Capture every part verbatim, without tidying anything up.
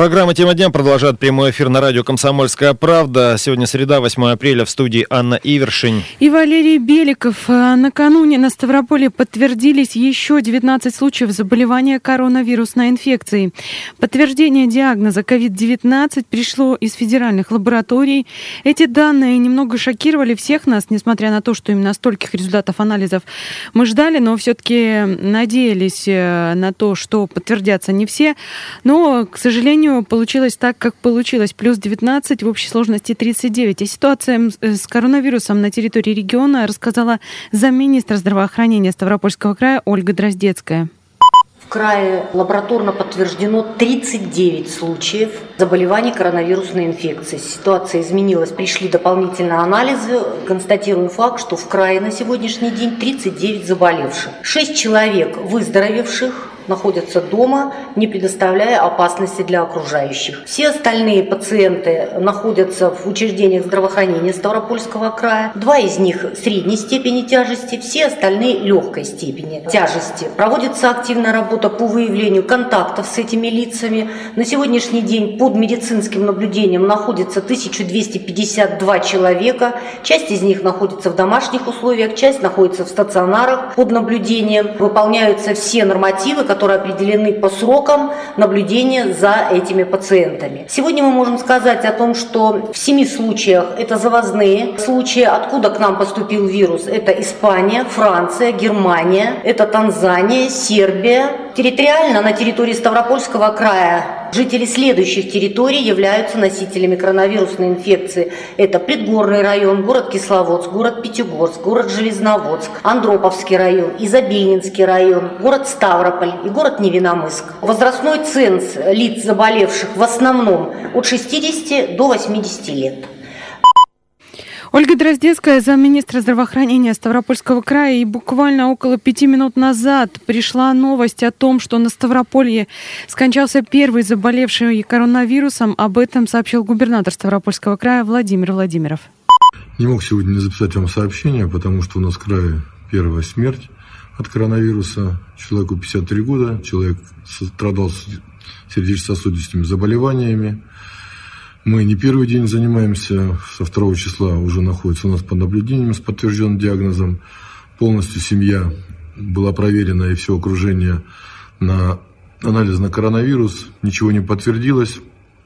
Программа «Тема дня» продолжает прямой эфир на радио «Комсомольская правда». Сегодня среда, восьмое апреля, в студии Анна Ивершин и Валерий Беликов. Накануне на Ставрополе подтвердились еще девятнадцать случаев заболевания коронавирусной инфекцией. Подтверждение диагноза ковид девятнадцать пришло из федеральных лабораторий. Эти данные немного шокировали всех нас, несмотря на то, что именно стольких результатов анализов мы ждали, но все-таки надеялись на то, что подтвердятся не все. Но, к сожалению, получилось так, как получилось. Плюс девятнадцать, в общей сложности тридцать девять. О ситуации с коронавирусом на территории региона рассказала замминистра здравоохранения Ставропольского края Ольга Дроздецкая. В крае лабораторно подтверждено тридцать девять случаев заболеваний коронавирусной инфекцией. Ситуация изменилась, пришли дополнительные анализы. Констатируем факт, что в крае на сегодняшний день тридцать девять заболевших. шесть человек выздоровевших находятся дома, не предоставляя опасности для окружающих. Все остальные пациенты находятся в учреждениях здравоохранения Ставропольского края. Два из них средней степени тяжести, все остальные легкой степени тяжести. Проводится активная работа по выявлению контактов с этими лицами. На сегодняшний день под медицинским наблюдением находится тысяча двести пятьдесят два человека. Часть из них находится в домашних условиях, часть находится в стационарах под наблюдением. Выполняются все нормативы, которые определены по срокам наблюдения за этими пациентами. Сегодня мы можем сказать о том, что в семи случаях это завозные случаи. Откуда к нам поступил вирус? Это Испания, Франция, Германия, это Танзания, Сербия. Территориально на территории Ставропольского края жители следующих территорий являются носителями коронавирусной инфекции. Это Предгорный район, город Кисловодск, город Пятигорск, город Железноводск, Андроповский район, Изобильнинский район, город Ставрополь и город Невиномысск. Возрастной ценз лиц, заболевших в основном от шестидесяти до восьмидесяти лет. Ольга Дроздецкая, замминистра здравоохранения Ставропольского края. И буквально около пяти минут назад пришла новость о том, что на Ставрополье скончался первый заболевший коронавирусом. Об этом сообщил губернатор Ставропольского края Владимир Владимиров. Не мог сегодня не записать вам сообщение, потому что у нас в крае первая смерть от коронавируса. Человеку пятьдесят три года, человек страдал сердечно-сосудистыми заболеваниями. Мы не первый день занимаемся, со второго числа уже находится у нас под наблюдением с подтвержденным диагнозом. Полностью семья была проверена и все окружение на анализ на коронавирус. Ничего не подтвердилось.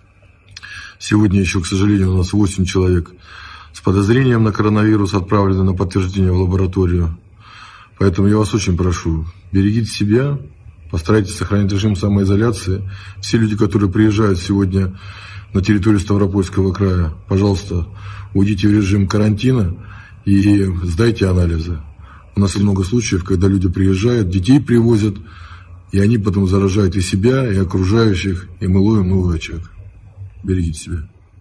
Сегодня еще, к сожалению, у нас восемь человек с подозрением на коронавирус отправлены на подтверждение в лабораторию. Поэтому я вас очень прошу, берегите себя, постарайтесь сохранить режим самоизоляции. Все люди, которые приезжают сегодня на территорию Ставропольского края, пожалуйста, уйдите в режим карантина и сдайте анализы. У нас много случаев, когда люди приезжают, детей привозят, и они потом заражают и себя, и окружающих, и мы ловим новый очаг. Берегите себя.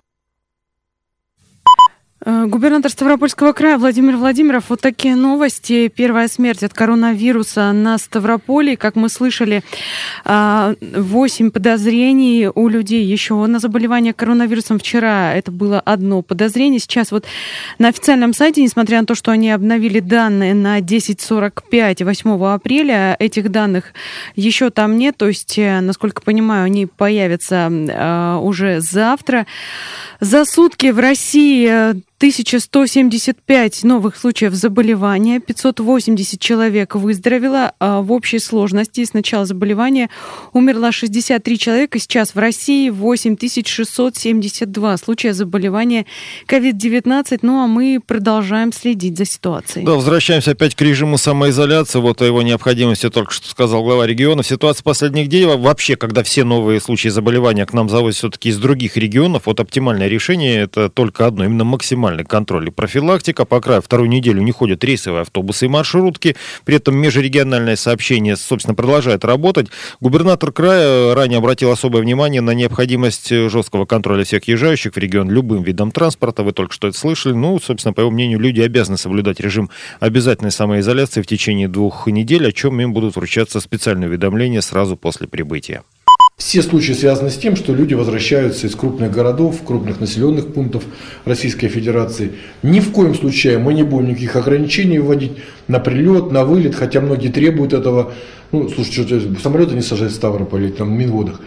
Губернатор Ставропольского края Владимир Владимиров. Вот такие новости. Первая смерть от коронавируса на Ставрополе. Как мы слышали, восемь подозрений у людей еще на заболевание коронавирусом. Вчера это было одно подозрение. Сейчас вот на официальном сайте, несмотря на то, что они обновили данные на десять сорок пять восьмого апреля, этих данных еще там нет. То есть, насколько понимаю, они появятся уже завтра. За сутки в России тысяча сто семьдесят пять новых случаев заболевания, пятьсот восемьдесят человек выздоровело. А в общей сложности с начала заболевания умерло шестьдесят три человека. Сейчас в России восемь тысяч шестьсот семьдесят два случая заболевания ковид девятнадцать. Ну а мы продолжаем следить за ситуацией. Да, возвращаемся опять к режиму самоизоляции. Вот о его необходимости только что сказал глава региона. Ситуация последних дней вообще, когда все новые случаи заболевания к нам завозят все-таки из других регионов, вот оптимальное решение это только одно, именно максимальное контроль и профилактика. По краю вторую неделю не ходят рейсовые автобусы и маршрутки. При этом межрегиональное сообщение, собственно, продолжает работать. Губернатор края ранее обратил особое внимание на необходимость жесткого контроля всех езжающих в регион любым видом транспорта. Вы только что это слышали. Ну, собственно, по его мнению, люди обязаны соблюдать режим обязательной самоизоляции в течение двух недель, о чем им будут вручаться специальные уведомления сразу после прибытия. Все случаи связаны с тем, что люди возвращаются из крупных городов, крупных населенных пунктов Российской Федерации. Ни в коем случае мы не будем никаких ограничений вводить на прилет, на вылет, хотя многие требуют этого. Ну, слушайте, что самолеты не сажают в Ставрополе, там в Минводах.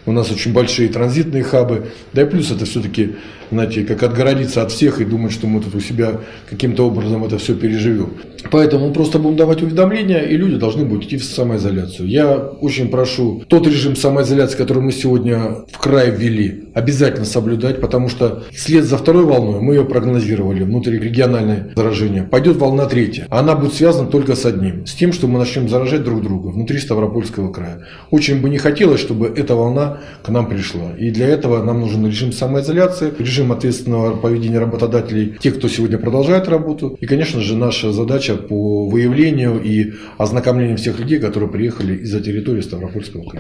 у нас очень большие транзитные хабы, да и плюс это все-таки, знаете, как отгородиться от всех и думать, что мы тут у себя каким-то образом это все переживем. Поэтому мы просто будем давать уведомления, и люди должны будут идти в самоизоляцию. Я очень прошу тот режим самоизоляции, который мы сегодня в крае ввели, обязательно соблюдать, потому что вслед за второй волной, мы ее прогнозировали, внутрирегиональное заражение, пойдет волна третья. Она будет связана только с одним, с тем, что мы начнем заражать друг друга внутри Ставропольского края. Очень бы не хотелось, чтобы эта волна к нам пришла. И для этого нам нужен режим самоизоляции, режим ответственного поведения работодателей, тех, кто сегодня продолжает работу. И, конечно же, наша задача по выявлению и ознакомлению всех людей, которые приехали из-за территории Ставропольского края.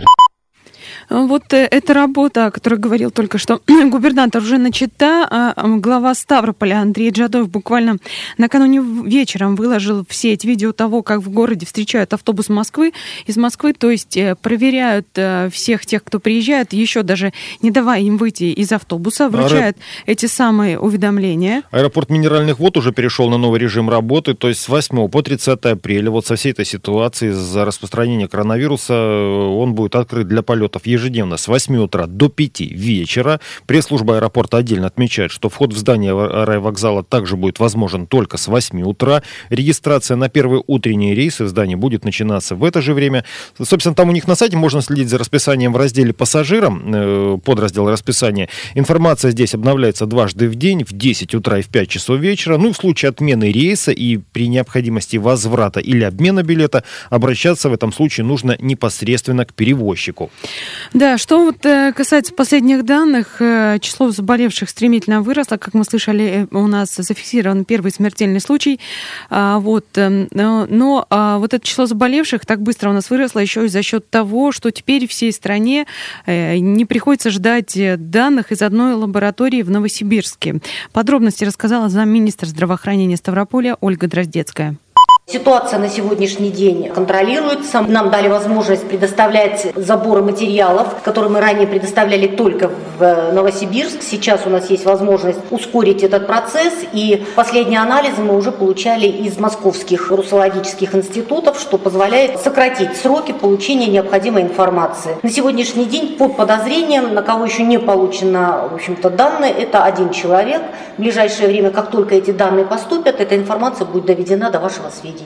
Вот эта работа, о которой говорил только что губернатор, уже начата. А глава Ставрополя Андрей Джадоев буквально накануне вечером выложил в сеть видео того, как в городе встречают автобус Москвы, из Москвы, то есть проверяют всех тех, кто приезжает, еще даже не давая им выйти из автобуса, вручают Аэро... эти самые уведомления. Аэропорт Минеральных вод уже перешел на новый режим работы, то есть с восьмого по тридцатое апреля, вот со всей этой ситуации из-за распространения коронавируса, он будет открыт для полетов ежедневно с восьми утра до пяти вечера. Пресс-служба аэропорта отдельно отмечает, что вход в здание аэровокзала также будет возможен только с восьми утра. Регистрация на первые утренние рейсы в здании будет начинаться в это же время. Собственно, там у них на сайте можно следить за расписанием в разделе «Пассажирам», подраздел расписания. Информация здесь обновляется дважды в день, в десять утра и в пять часов вечера. Ну и в случае отмены рейса и при необходимости возврата или обмена билета обращаться в этом случае нужно непосредственно к перевозчику. Да, что вот касается последних данных, число заболевших стремительно выросло. Как мы слышали, у нас зафиксирован первый смертельный случай. Вот. Но, но вот это число заболевших так быстро у нас выросло еще и за счет того, что теперь всей стране не приходится ждать данных из одной лаборатории в Новосибирске. Подробности рассказала замминистра здравоохранения Ставрополя Ольга Дроздецкая. Ситуация на сегодняшний день контролируется. Нам дали возможность предоставлять заборы материалов, которые мы ранее предоставляли только в Новосибирск. Сейчас у нас есть возможность ускорить этот процесс. И последние анализы мы уже получали из московских русологических институтов, что позволяет сократить сроки получения необходимой информации. На сегодняшний день под подозрением, на кого еще не получено, в общем-то, данные, это один человек. В ближайшее время, как только эти данные поступят, эта информация будет доведена до вашего сведения.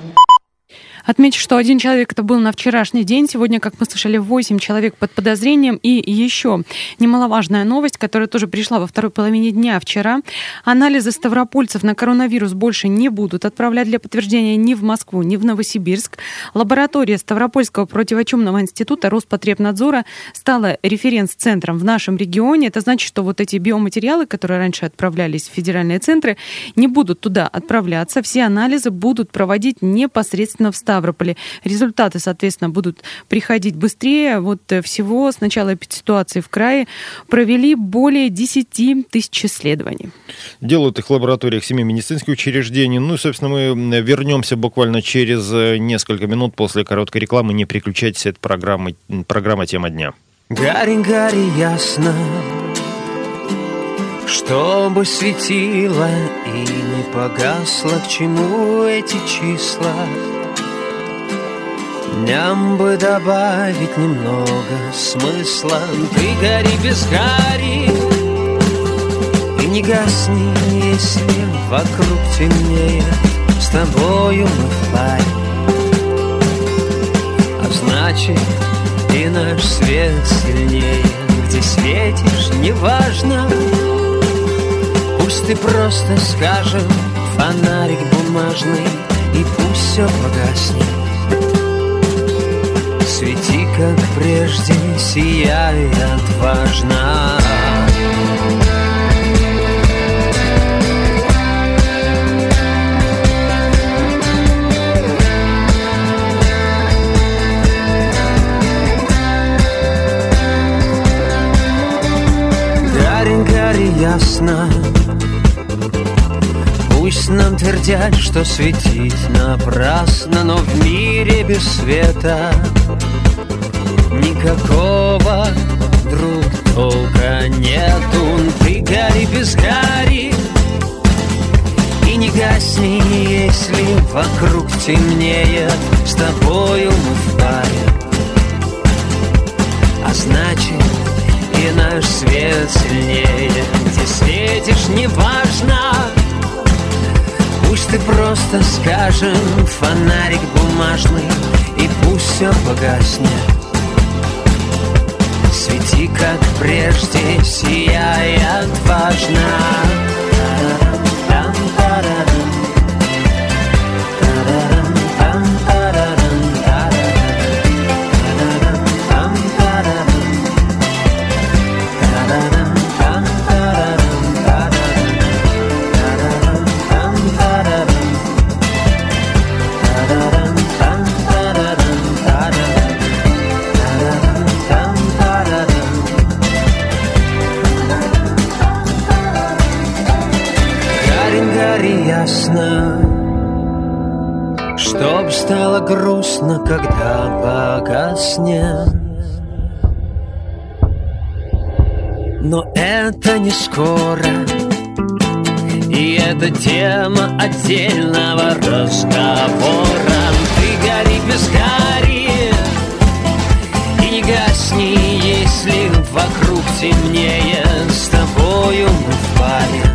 Отмечу, что один человек это был на вчерашний день. Сегодня, как мы слышали, восемь человек под подозрением. И еще немаловажная новость, которая тоже пришла во второй половине дня вчера. Анализы ставропольцев на коронавирус больше не будут отправлять для подтверждения ни в Москву, ни в Новосибирск. Лаборатория Ставропольского противочумного института Роспотребнадзора стала референс-центром в нашем регионе. Это значит, что вот эти биоматериалы, которые раньше отправлялись в федеральные центры, не будут туда отправляться. Все анализы будут проводить непосредственно в Ставрополе. Ставрополе. Результаты, соответственно, будут приходить быстрее. Вот всего с начала эпидситуации в крае провели более десять тысяч исследований. Делают их в лабораториях семи медицинских учреждений. Ну и, собственно, мы вернемся буквально через несколько минут после короткой рекламы. Не переключайтесь, это программа, программа «Тема дня». Гарри, Гарри, ясно, чтобы светило и не погасло, к чему эти числа. Дням бы добавить немного смысла. Ты гори без Гарри и не гасни, если вокруг темнее. С тобою мы в паре, а значит и наш свет сильнее. Где светишь, неважно, пусть ты просто, скажем, фонарик бумажный, и пусть все погаснет. Свети, как прежде, сияй отважно. Гарри, Гарри, ясно, пусть нам твердят, что светить напрасно, но в мире без света никакого, друг, толка нету. Ты гори без Гарри и не гасни, если вокруг темнеет. С тобою мы в паре, а значит и наш свет сильнее. Где светишь, неважно, пусть ты просто, скажем, фонарик бумажный, и пусть все погаснет. Свети, как прежде, сияй отважно. Чтоб стало грустно, когда погаснет. Но это не скоро, и это тема отдельного разговора. Ты гори без гори и не гасни, если вокруг темнее. С тобою мы в паре,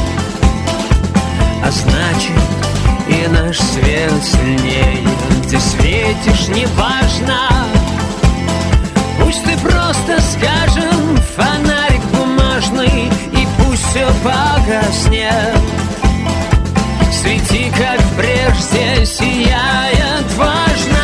а значит, и наш свет сильнее. Где светишь, неважно, пусть ты просто, скажем, фонарик бумажный, и пусть все погаснет. Свети, как прежде, сияй отважно.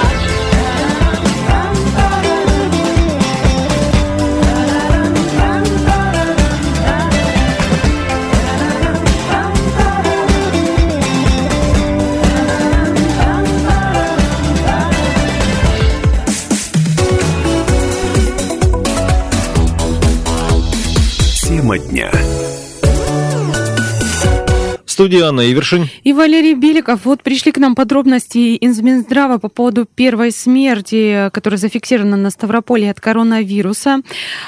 Дня. Студия Анна Ивершин и Валерий Беликов. Вот пришли к нам подробности из Минздрава по поводу первой смерти, которая зафиксирована на Ставрополе от коронавируса.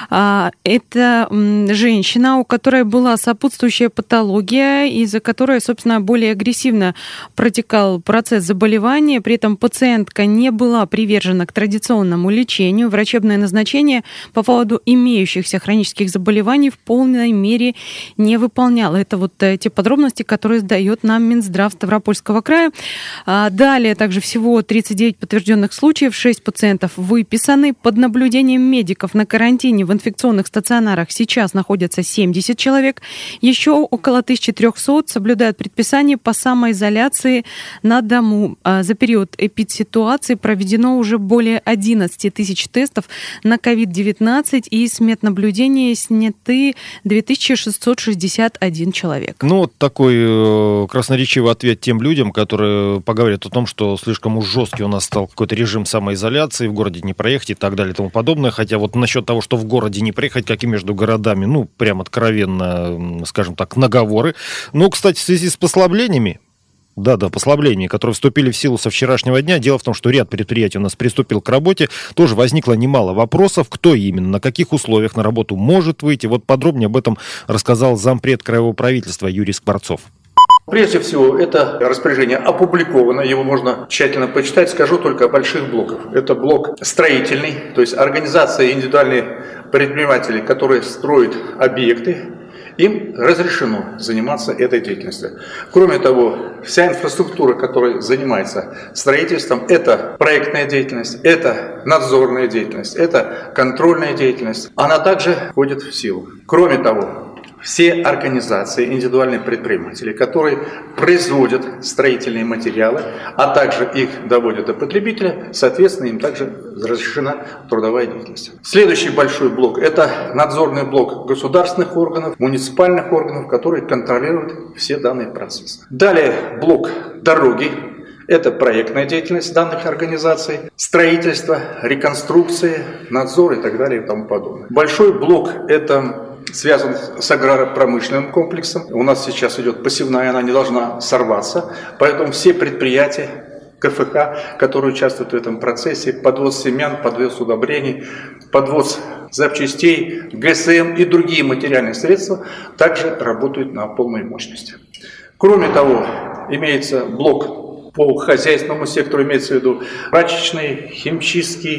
Это женщина, у которой была сопутствующая патология, из-за которой, собственно, более агрессивно протекал процесс заболевания. При этом пациентка не была привержена к традиционному лечению. Врачебное назначение по поводу имеющихся хронических заболеваний в полной мере не выполняла. Это вот те подробности, которые который сдает нам Минздрав Ставропольского края. Далее также всего тридцать девять подтвержденных случаев, шесть пациентов выписаны. Под наблюдением медиков на карантине в инфекционных стационарах сейчас находятся семьдесят человек. Еще около тысяча триста соблюдают предписание по самоизоляции на дому. За период эпидситуации проведено уже более одиннадцать тысяч тестов на ковид девятнадцать, и с меднаблюдения сняты две тысячи шестьсот шестьдесят один человек. Ну, вот такой красноречивый ответ тем людям, которые поговорят о том, что слишком уж жесткий у нас стал какой-то режим самоизоляции, в городе не проехать и так далее и тому подобное. Хотя вот насчет того, что в городе не проехать, как и между городами, ну, прям откровенно, скажем так, наговоры. Ну, кстати, в связи с послаблениями, Да-да, послабления, которые вступили в силу со вчерашнего дня. Дело в том, что ряд предприятий у нас приступил к работе. Тоже возникло немало вопросов, кто именно, на каких условиях на работу может выйти. Вот подробнее об этом рассказал зампред краевого правительства Юрий Скворцов. Прежде всего, это распоряжение опубликовано, его можно тщательно почитать. Скажу только о больших блоках. Это блок строительный, то есть организация индивидуальных предпринимателей, которые строят объекты. Им разрешено заниматься этой деятельностью. Кроме того, вся инфраструктура, которая занимается строительством, это проектная деятельность, это надзорная деятельность, это контрольная деятельность. Она также входит в силу. Кроме того, все организации, индивидуальные предприниматели, которые производят строительные материалы, а также их доводят до потребителя, соответственно, им также разрешена трудовая деятельность. Следующий большой блок – это надзорный блок государственных органов, муниципальных органов, которые контролируют все данные процессы. Далее блок дороги. Это проектная деятельность данных организаций, строительство, реконструкции, надзор и так далее и тому подобное. Большой блок – это связан с агропромышленным комплексом. У нас сейчас идет посевная, она не должна сорваться, поэтому все предприятия ка эф ка, которые участвуют в этом процессе, подвоз семян, подвоз удобрений, подвоз запчастей, гэ эс эм и другие материальные средства также работают на полной мощности. Кроме того, имеется блок по хозяйственному сектору, имеется в виду прачечный, химчистский,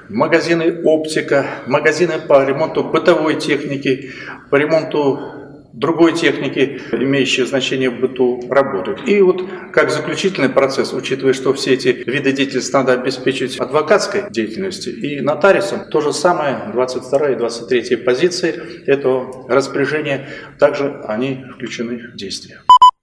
магазины оптика, магазины по ремонту бытовой техники, по ремонту другой техники, имеющие значение в быту, работают. И вот как заключительный процесс, учитывая, что все эти виды деятельности надо обеспечить адвокатской деятельностью и нотариусом, то же самое двадцать вторая и двадцать третья позиции этого распоряжения, также они включены в действие.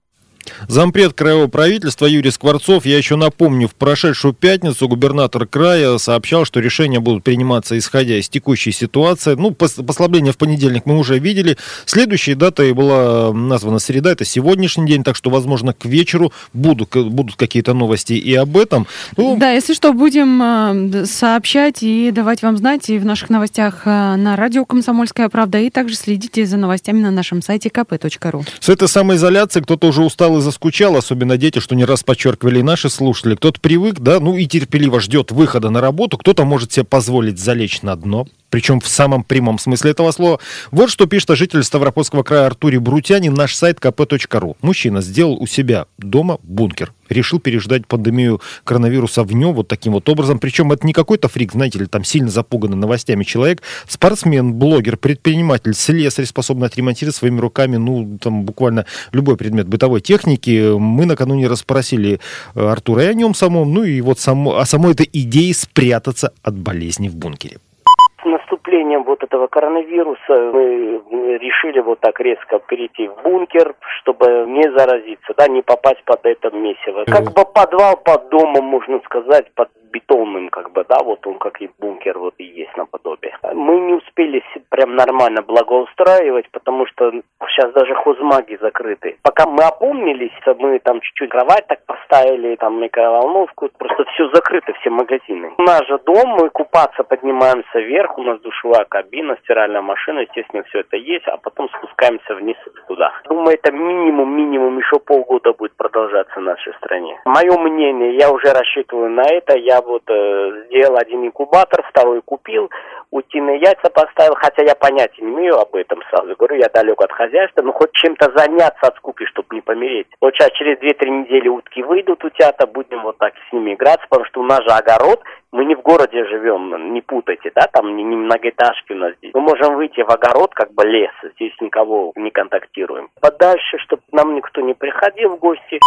Зампред краевого правительства Юрий Скворцов, я еще напомню, в прошедшую пятницу губернатор края сообщал, что решения будут приниматься исходя из текущей ситуации. Ну, послабление в понедельник мы уже видели. Следующей датой была названа среда, это сегодняшний день, так что, возможно, к вечеру будут, будут какие-то новости и об этом. Ну... Да, если что, будем сообщать и давать вам знать и в наших новостях на радио «Комсомольская правда», и также следите за новостями на нашем сайте ка пэ точка ру. С этой самоизоляцией кто-то уже устал и заскучал, особенно дети, что не раз подчеркивали и наши слушатели. Кто-то привык, да, ну и терпеливо ждет выхода на работу, кто-то может себе позволить залечь на дно, причем в самом прямом смысле этого слова. Вот что пишет житель Ставропольского края Артурий Брутянин, наш сайт ка пэ точка ру. Мужчина сделал у себя дома бункер. Решил переждать пандемию коронавируса в нем вот таким вот образом. Причем это не какой-то фрик, знаете ли, там сильно запуганный новостями человек. Спортсмен, блогер, предприниматель, слесарь, способный отремонтировать своими руками, ну, там буквально любой предмет бытовой техники. Мы накануне расспросили Артура и о нем самом, ну и вот само, о самой этой идее спрятаться от болезни в бункере. С наступлением вот этого коронавируса мы решили вот так резко перейти в бункер, чтобы не заразиться, да, не попасть под это месиво. Как бы подвал под домом, можно сказать, под бетонным, как бы, да, вот он как и бункер, вот и есть наподобие. Мы не успели прям нормально благоустраивать, потому что сейчас даже хозмаги закрыты. Пока мы опомнились, мы там чуть-чуть кровать так поставили, там микроволновку, просто все закрыто, все магазины. У нас же дом, мы купаться поднимаемся вверх, у нас душевая кабина, стиральная машина, естественно, все это есть, а потом спускаемся вниз туда. Думаю, это минимум, минимум еще полгода будет продолжаться в нашей стране. Мое мнение, я уже рассчитываю на это, я вот э, сделал один инкубатор, второй купил, утиные яйца поставил, хотя я понятия не имею об этом, сразу говорю, я далек от хозяйства, но хоть чем-то заняться от скуки, чтобы не помереть. Вот сейчас через две-три недели утки выйдут утята, будем вот так с ними играться, потому что у нас же огород, мы не в городе живем, не путайте, да, там не, не многоэтажки у нас здесь. Мы можем выйти в огород, как бы лес, здесь никого не контактируем. Подальше, чтобы нам никто не приходил в гости.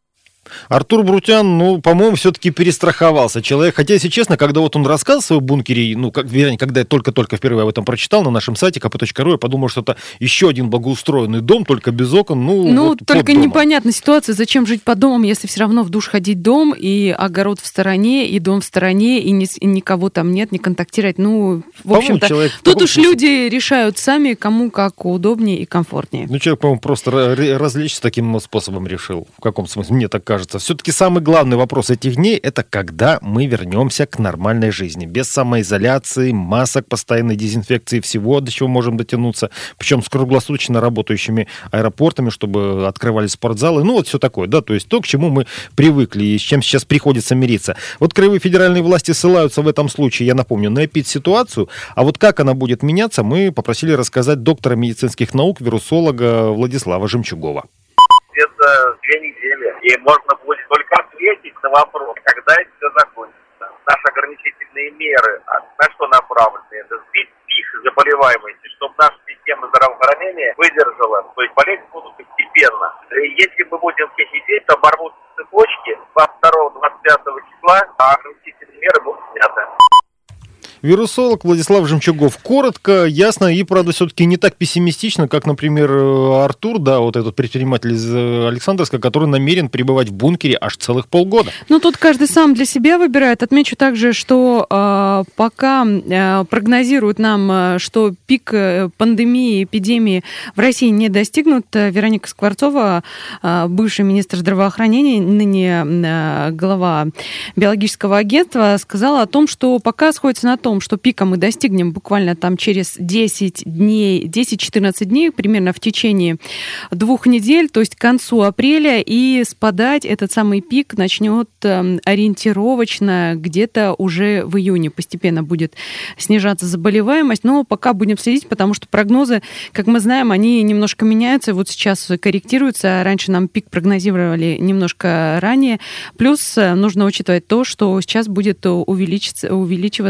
Артур Брутян, ну, по-моему, все-таки перестраховался человек. Хотя, если честно, когда вот он рассказывал о своем бункере, ну, как, вернее, когда я только-только впервые об этом прочитал на нашем сайте ка пэ точка ру, я подумал, что это еще один благоустроенный дом, только без окон. Ну, ну вот только непонятна ситуация, зачем жить под домом, если все равно в душ ходить дом, и огород в стороне, и дом в стороне, и, не, и никого там нет, не контактировать. Ну, в общем-то, человек, тут уж смысле... люди решают сами, кому как удобнее и комфортнее. Ну, человек, по-моему, просто развлечься таким способом решил. В каком смысле? Мне так кажется. Все-таки самый главный вопрос этих дней – это когда мы вернемся к нормальной жизни. Без самоизоляции, масок, постоянной дезинфекции, всего, до чего можем дотянуться. Причем с круглосуточно работающими аэропортами, чтобы открывались спортзалы. Ну, вот все такое, да, то есть то, к чему мы привыкли и с чем сейчас приходится мириться. Вот краевые федеральные власти ссылаются в этом случае, я напомню, на эпидситуацию. А вот как она будет меняться, мы попросили рассказать доктора медицинских наук, вирусолога Владислава Жемчугова. Это две недели, и можно будет только ответить на вопрос, когда это все закончится. Наши ограничительные меры, на что направлены? Это сбить пик заболеваемости, чтобы наша система здравоохранения выдержала. То есть болезни будут постепенно. И если мы будем все сидеть, то оборвутся цепочки двадцать второго — двадцать пятого числа, а ограничительные меры будут сняты. Вирусолог Владислав Жемчугов. Коротко, ясно и, правда, все-таки не так пессимистично, как, например, Артур, да, вот этот предприниматель из Александровска, который намерен пребывать в бункере аж целых полгода. Ну, тут каждый сам для себя выбирает. Отмечу также, что э, пока э, прогнозируют нам, что пик пандемии, эпидемии в России не достигнут, Вероника Скворцова, э, бывший министр здравоохранения, ныне э, глава биологического агентства, сказала о том, что пока сходится на том, что пика мы достигнем буквально там через десять дней, десять-четырнадцать дней, примерно в течение двух недель, то есть к концу апреля, и спадать этот самый пик начнет ориентировочно где-то уже в июне. Постепенно будет снижаться заболеваемость, но пока будем следить, потому что прогнозы, как мы знаем, они немножко меняются, вот сейчас корректируются, раньше нам пик прогнозировали немножко ранее, плюс нужно учитывать то, что сейчас будет увеличиваться, увеличиваться и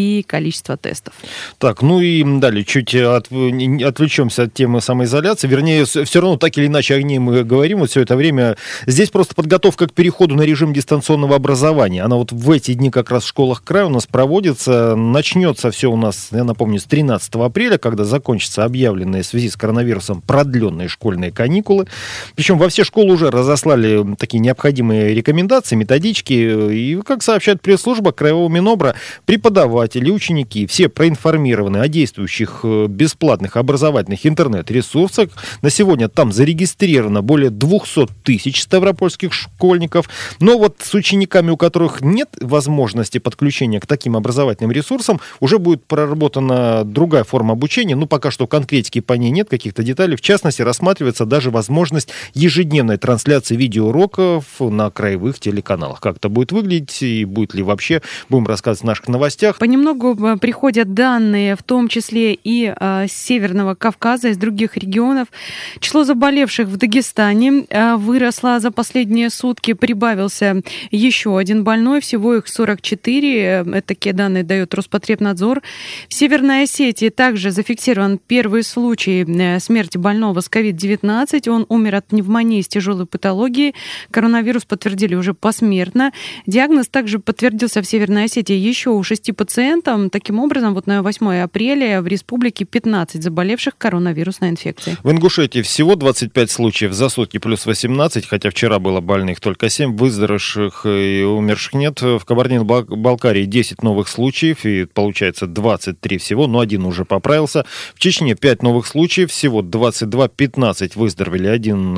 и количество тестов. Так, ну и далее чуть от, отвлечемся от темы самоизоляции. Вернее, все равно так или иначе о ней мы говорим вот все это время. Здесь просто подготовка к переходу на режим дистанционного образования. Она вот в эти дни как раз в школах края у нас проводится. Начнется все у нас, я напомню, с тринадцатого апреля, когда закончатся объявленные в связи с коронавирусом продленные школьные каникулы. Причем во все школы уже разослали такие необходимые рекомендации, методички. И, как сообщает пресс-служба Краевого Минобра, преподаватели, ученики, все проинформированы о действующих бесплатных образовательных интернет-ресурсах. На сегодня там зарегистрировано более двухсот тысяч ставропольских школьников. Но вот с учениками, у которых нет возможности подключения к таким образовательным ресурсам, уже будет проработана другая форма обучения. Ну, пока что конкретики по ней нет, каких-то деталей. В частности, рассматривается даже возможность ежедневной трансляции видеоуроков на краевых телеканалах. Как это будет выглядеть и будет ли вообще, будем рассказывать в наших новостях. Понемногу приходят данные, в том числе и э, с Северного Кавказа, из других регионов. Число заболевших в Дагестане э, выросло за последние сутки, прибавился еще один больной, всего их сорок четыре. Такие данные дает Роспотребнадзор. В Северной Осетии также зафиксирован первый случай смерти больного с ковид девятнадцать. Он умер от пневмонии с тяжелой патологией. Коронавирус подтвердили уже посмертно. Диагноз также подтвердился в Северной Осетии еще у шести пациентов. Таким образом, вот на восьмое апреля в республике пятнадцать заболевших коронавирусной инфекцией. В Ингушетии всего двадцать пять случаев за сутки, плюс восемнадцать, хотя вчера было больных только семь, выздоровевших и умерших нет. В Кабардино-Балкарии десять новых случаев, и получается двадцать три всего, но один уже поправился. В Чечне пять новых случаев, всего двадцать два, пятнадцать выздоровели, один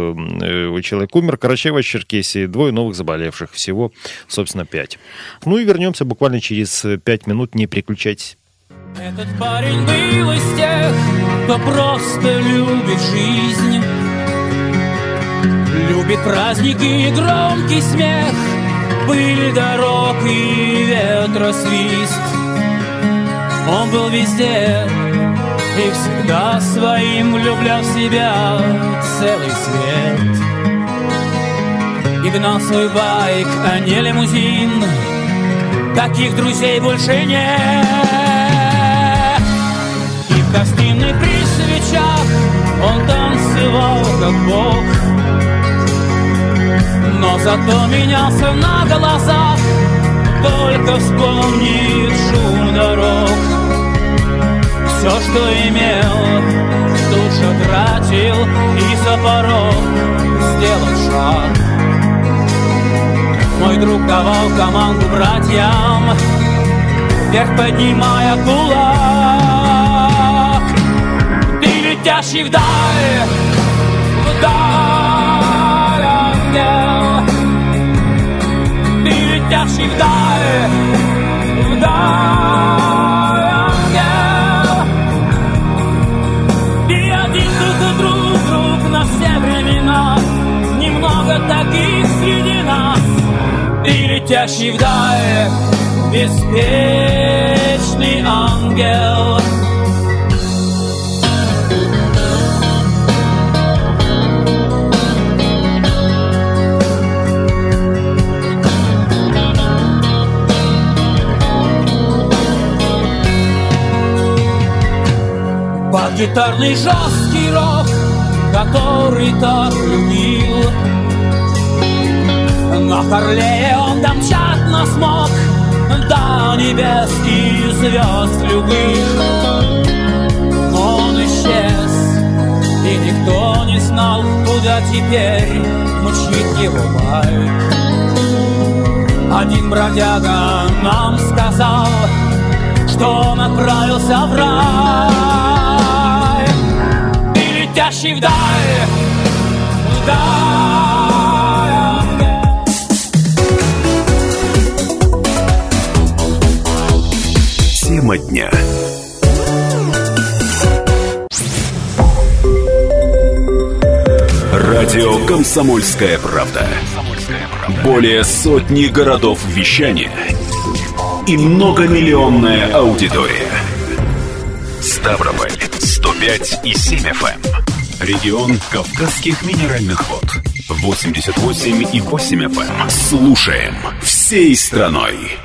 э, человек умер. Карачаево-Черкесии двое новых заболевших, всего, собственно, пять. Ну и вернемся буквально через пять минут, не переключайтесь. Этот парень был из тех, кто просто любит жизнь, любит праздники и громкий смех, пыль дорог и ветросвист. Он был везде и всегда своим влюблял в себя целый свет. И гнал свой байк, а не лимузин, таких друзей больше нет. И в гостиной при свечах он танцевал как бог, но зато менялся на глазах, только вспомнит шум дорог. Все, что имел, тут же тратил и за порог сделал шаг. Мой друг давал команду братьям, вверх поднимая кулак. Ты летящий вдаль, вдаль, ангел. Ты летящий вдаль, вдаль, ангел. Ты один друг, друг, друг на все времена, немного таких среди нас. Ты летящий вдаль, беспечный ангел. Под гитарный жесткий рок, который так любил, на Харлее он домчать смог до небес и звезд любых. Но он исчез, и никто не знал, куда теперь мчит его байк. Один бродяга нам сказал, что он отправился в рай. Ты летящий вдаль, вдаль. Тема дня. Радио «Комсомольская правда». Более сотни городов вещания и многомиллионная аудитория. Ставрополь сто пять и семь эф эм. Регион Кавказских минеральных вод восемьдесят восемь и восемь эф эм. Слушаем всей страной.